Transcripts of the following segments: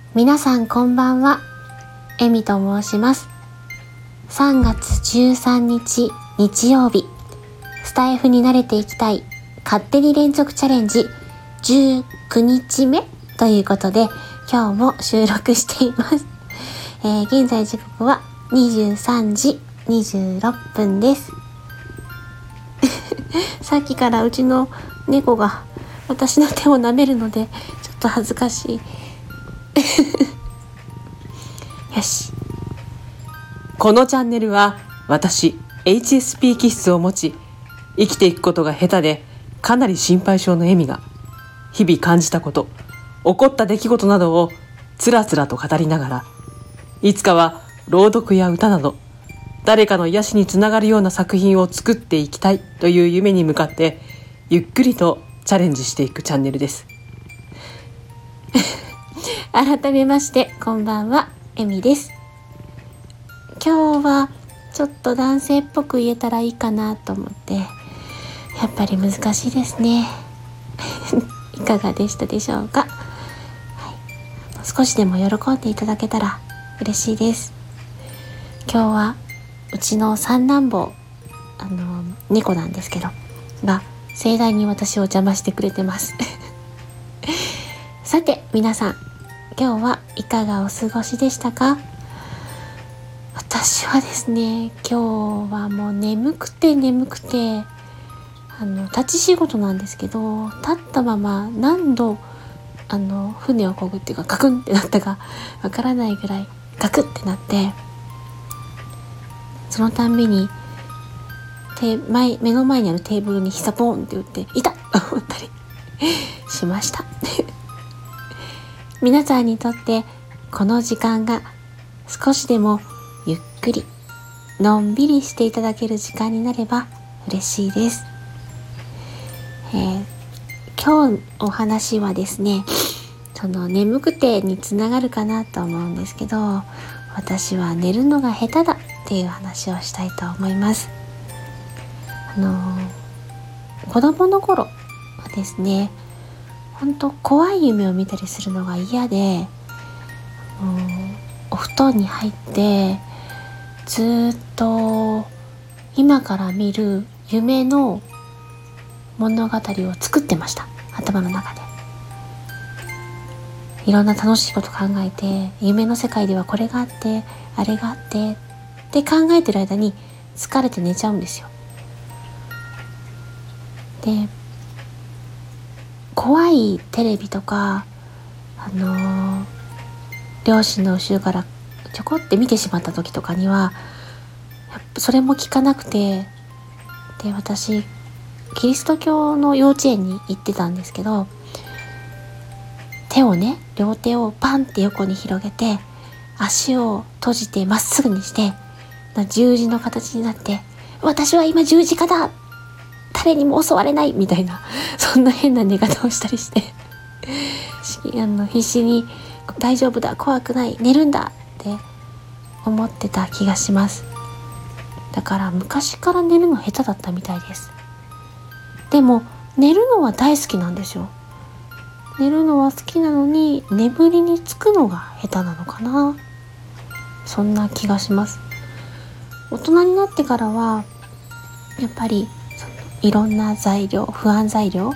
皆さんこんばんは、えみと申します。3月13日日曜日、スタイフに慣れていきたい勝手に連続チャレンジ19日目ということで、今日も収録しています。現在時刻は23時26分です。さっきからうちの猫が私の手を舐めるのでちょっと恥ずかしい。よし。 このチャンネルは私 HSP 気質を持ち、生きていくことが下手でかなり心配性のエミが日々感じたこと、起こった出来事などをつらつらと語りながら、いつかは朗読や歌など誰かの癒しにつながるような作品を作っていきたいという夢に向かってゆっくりとチャレンジしていくチャンネルです。 改めましてこんばんは、えみです。今日はちょっと男性っぽく言えたらいいかなと思って、やっぱり難しいですね。いかがでしたでしょうか。少しでも喜んでいただけたら嬉しいです。今日はうちの三男坊、猫なんですけどが盛大に私を邪魔してくれてます。さて皆さん、今日はいかがお過ごしでしたか？私はですね、今日はもう眠くて立ち仕事なんですけど、立ったまま何度船を漕ぐっていうかガクンってなったかわからないぐらいガクってなって、そのたんびに目の前にあるテーブルに膝ポンって打って痛っと思ったりしました。皆さんにとってこの時間が少しでもゆっくりのんびりしていただける時間になれば嬉しいです。今日お話はですね、その眠くてにつながるかなと思うんですけど、私は寝るのが下手だっていう話をしたいと思います。子供の頃はですね、本当怖い夢を見たりするのが嫌で、お布団に入ってずっと今から見る夢の物語を作ってました。頭の中でいろんな楽しいこと考えて、夢の世界ではこれがあってあれがあってって考えてる間に疲れて寝ちゃうんですよ。で、怖いテレビとか両親の後ろからちょこって見てしまった時とかにはやっぱそれも効かなくて、で、私キリスト教の幼稚園に行ってたんですけど、両手をパンって横に広げて足を閉じてまっすぐにして十字の形になって、私は今十字架だ、誰にも襲われないみたいな、そんな変な寝方をしたりして必死に大丈夫だ、怖くない、寝るんだって思ってた気がします。だから昔から寝るの下手だったみたいです。でも寝るのは大好きなんですよ。寝るのは好きなのに眠りにつくのが下手なのかな、そんな気がします。大人になってからはやっぱりいろんな不安材料、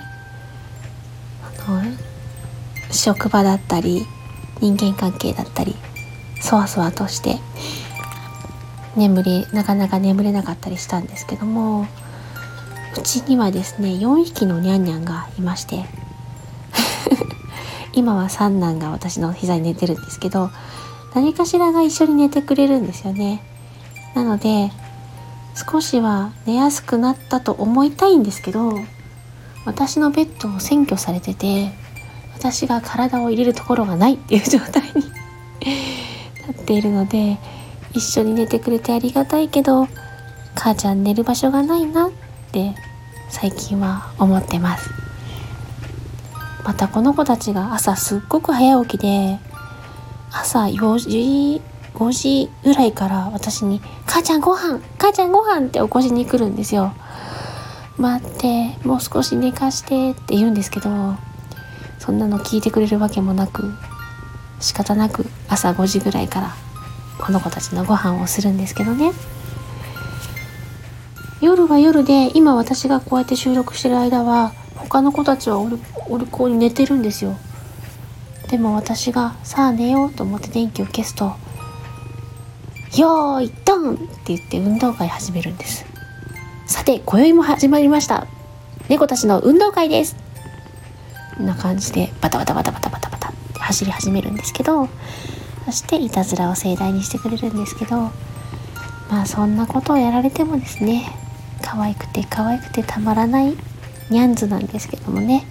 職場だったり人間関係だったりそわそわとしてなかなか眠れなかったりしたんですけども、うちにはですね4匹のニャンニャンがいまして今は三男が私の膝に寝てるんですけど、何かしらが一緒に寝てくれるんですよね。なので少しは寝やすくなったと思いたいんですけど、私のベッドを占拠されてて、私が体を入れるところがないっていう状態になっているので、一緒に寝てくれてありがたいけど、母ちゃん寝る場所がないなって最近は思ってます。またこの子たちが朝すっごく早起きで、朝4時5時ぐらいから私に母ちゃんご飯って起こしに来るんですよ。待って、もう少し寝かしてって言うんですけど、そんなの聞いてくれるわけもなく、 仕方なく朝5時ぐらいからこの子たちのご飯をするんですけどね。夜は夜で、今私がこうやって収録してる間は他の子たちはお利口に寝てるんですよ。でも私がさあ寝ようと思って電気を消すと、よーいドンって言って運動会始めるんです。さて今宵も始まりました、猫たちの運動会です。こんな感じでバタバタバタバタバタバタって走り始めるんですけど、そしていたずらを盛大にしてくれるんですけど、まあそんなことをやられてもですね、可愛くて可愛くてたまらないニャンズなんですけどもね。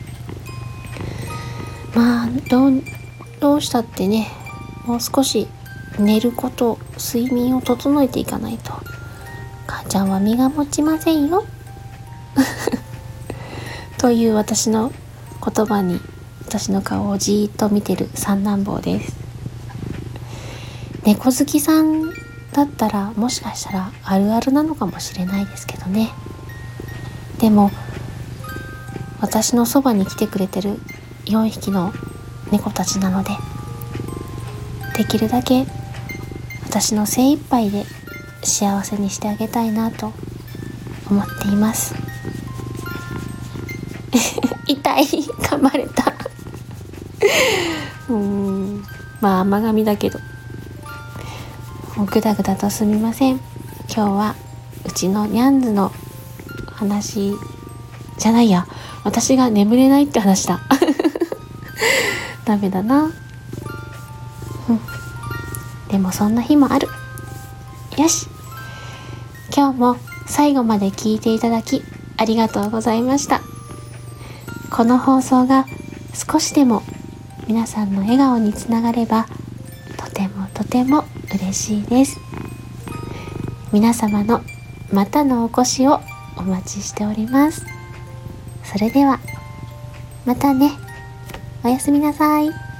まあどうしたってね、もう少し寝ること、睡眠を整えていかないと母ちゃんは身が持ちませんよという私の言葉に、私の顔をじーっと見てる三男坊です。猫好きさんだったらもしかしたらあるあるなのかもしれないですけどね。でも私のそばに来てくれてる4匹の猫たちなので、できるだけ私の精一杯で幸せにしてあげたいなと思っています痛い、噛まれたまあ甘噛みだけど、もうぐだぐだとすみません。今日はうちのニャンズの話じゃないや、私が眠れないって話だダメだな、でもそんな日もある。よし、今日も最後まで聞いていただきありがとうございました。この放送が少しでも皆さんの笑顔につながればとてもとても嬉しいです。皆様のまたのお越しをお待ちしております。それではまたね。おやすみなさい。